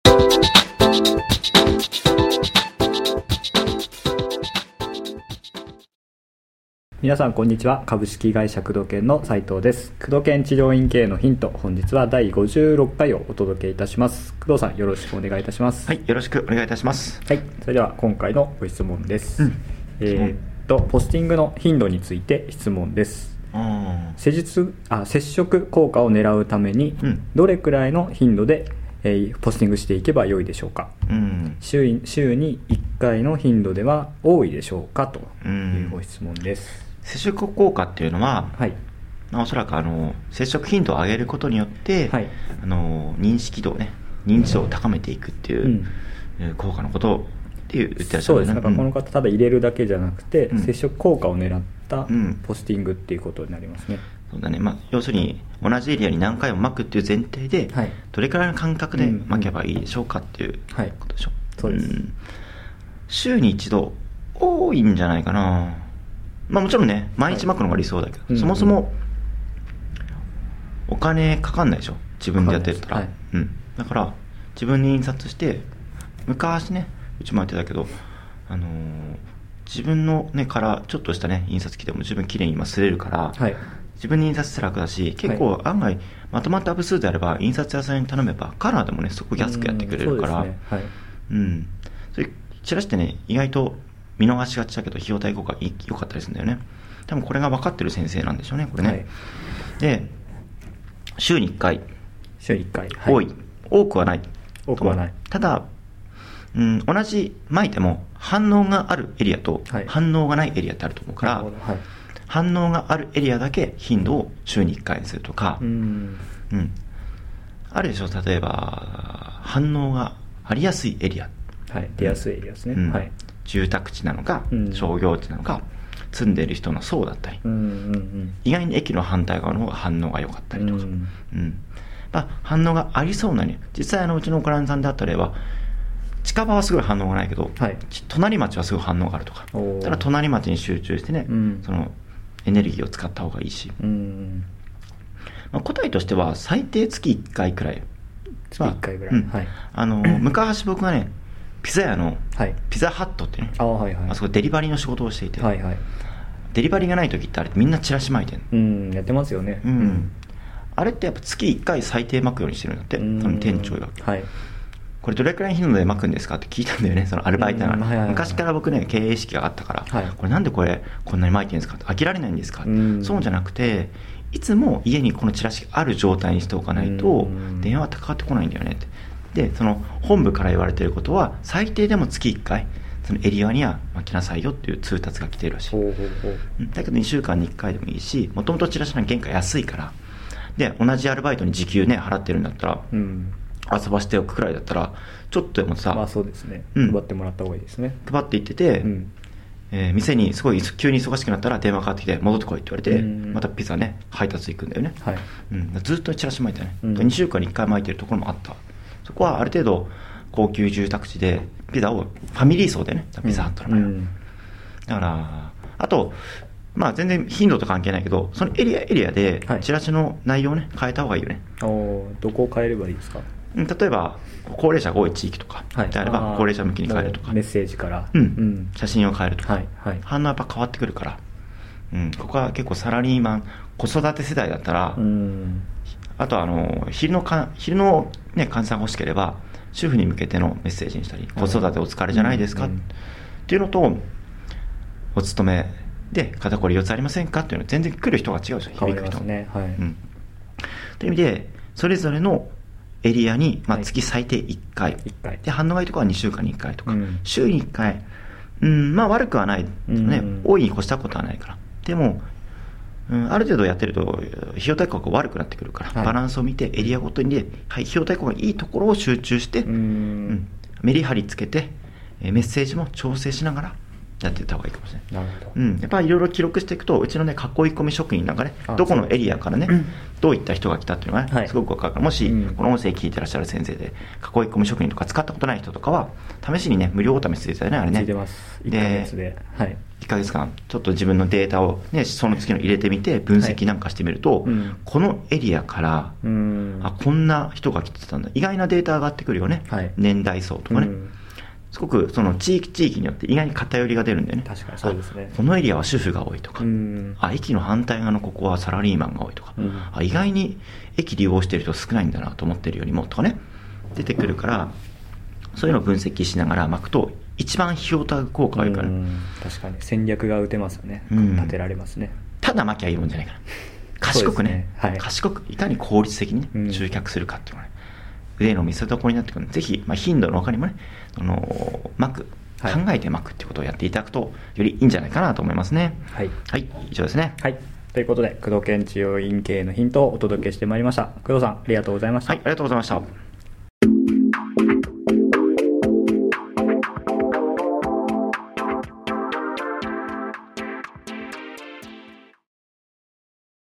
皆さんこんにちは。株式会社工藤研の斉藤です。工藤研治療院経営のヒント、本日は第56回をお届けいたします。工藤さん、よろしくお願いいたします。 はい、よろしくお願いいたします。 はい、それでは今回のご質問です。ポスティングの頻度について質問です。接触効果を狙うためにどれくらいの頻度でポスティングしていけば良いでしょうか。週に1回の頻度では多いでしょうか、というご質問です。 接触効果っていうのは、おそらく接触頻度を上げることによって、認識度ね、認知度を高めていくっていう、効果のことって言ってらっしゃる。 そうです。だからこの方、ただ入れるだけじゃなくて、接触効果を狙ったポスティングっていうことになりますね。 そうだね。要するに同じエリアに何回も巻くっていう前提で、どれくらいの間隔で巻けばいいでしょうかっていうことでしょ。 そうです。 週に一度多いんじゃないかな。もちろんね、毎日巻くのが理想だけど、そもそもお金かかんないでしょ、自分でやってたら。だから自分に印刷して、昔ね、うちもやってたけど、自分のねからちょっとしたね印刷機でも十分綺麗に今刷れるから、自分に印刷して楽だし、結構案外まとまった部数であれば印刷屋さんに頼めばカラーでもねすごく安くやってくれるから、それチラシってね意外と見逃しがちだけど費用対効果良かったりするんだよね。多分これが分かってる先生なんでしょうね、これね。で、週に1回、多い、多くはない。ただ、同じ巻いても反応があるエリアと反応がないエリアってあると思うから、反応があるエリアだけ頻度を週に1回にするとか、あるでしょ、例えば反応がありやすいエリア、 出やすいエリアですね。 住宅地なのか商業地なのか、住んでいる人の層だったり、意外に駅の反対側の方が反応が良かったりとか、反応がありそうなね。実際うちのクライアントさんであった例は、近場はすごい反応がないけど、隣町はすごい反応があるとか、だから隣町に集中してね、そのエネルギーを使った方がいいし、答えとしては最低月1回くらい。昔僕がね、ピザ屋のピザハットってね、あそこデリバリーの仕事をしていて、デリバリーがない時ってあれみんなチラシ巻いてる。 やってますよね。 あれってやっぱ月1回最低巻くようにしてるんだって、その店長が。これどれくらいの頻度で巻くんですかって聞いたんだよね、そのアルバイトが。昔から僕ね、経営意識があったから、これなんでこんなに巻いてるんですかって、飽きられないんですかって。そうじゃなくて、いつも家にこのチラシがある状態にしておかないと電話はかかってこないんだよねって。で、その本部から言われていることは、最低でも月1回そのエリアには巻きなさいよっていう通達が来ているらしい。だけど2週間に1回でもいいし、もともとチラシの原価安いから、で同じアルバイトに時給ね払ってるんだったら、遊ばしておくくらいだったらちょっとでもさ、 そうですね、配ってもらった方がいいですね。 配っていってて、店にすごい急に忙しくなったら電話かかってきて戻ってこいって言われて、またピザね配達行くんだよね。ずっとチラシ巻いてね、2週間に1回巻いてるところもあった。そこはある程度高級住宅地でピザをファミリー層でね、ピザハットの場合は、だからあと全然頻度と関係ないけど、そのエリアでチラシの内容をね変えた方がいいよね。 どこを変えればいいですか。 例えば高齢者が多い地域とかであれば高齢者向きに変えるとか、 メッセージから写真を変えるとか、反応はやっぱ変わってくるから、ここは結構サラリーマン子育て世代だったら、あと昼のね患者さんが欲しければ主婦に向けてのメッセージにしたり、子育てお疲れじゃないですかっていうのと、お勤めで肩こり4つありませんかっていうのは全然来る人が違うでしょ、響く人。という意味でそれぞれのエリアに月最低1回で、反応がいいところは2週間に1回とか、週に1回、悪くはない、多いに越したことはないから。でもある程度やってると費用対効果が悪くなってくるから、バランスを見てエリアごとに費用対効果がいいところを集中して、メリハリつけてメッセージも調整しながらやっていった方がいいかもしれない。 なるほど。 やっぱりいろいろ記録していくと、うちのね、囲い込み職人なんかね、どこのエリアからね、どういった人が来たっていうのがね、すごく分かるから、もし、この音声聞いてらっしゃる先生で、囲い込み職人とか使ったことない人とかは、試しにね、無料お試しついてたよね、あれね。 ついてます。1ヶ月で。はい。 1ヶ月間、ちょっと自分のデータをね、その次の入れてみて、分析なんかしてみると、このエリアから、こんな人が来てたんだ。意外なデータ上がってくるよね。年代層とかね。すごくその地域によって意外に偏りが出るんだよね。 確かにそうですね。 このエリアは主婦が多いとか、駅の反対側のここはサラリーマンが多いとか、意外に駅利用してる人少ないんだなと思ってるよりもとかね、出てくるから、そういうのを分析しながら巻くと、一番費用対効果がいいから、 確かに戦略が打てますよね。立てられますね。 ただ巻きゃいいもんじゃないから。賢くね、賢く、いかに効率的にね、集客するかっていうのがね、腕の見せ所になってくるので、ぜひ、頻度の他にもね、巻く、考えて巻くっていうことをやっていただくと、よりいいんじゃないかなと思いますね。はい。以上ですね。 はい。ということで、工藤研治療院経営のヒントをお届けしてまいりました。工藤さん、ありがとうございました。 はい、ありがとうございました。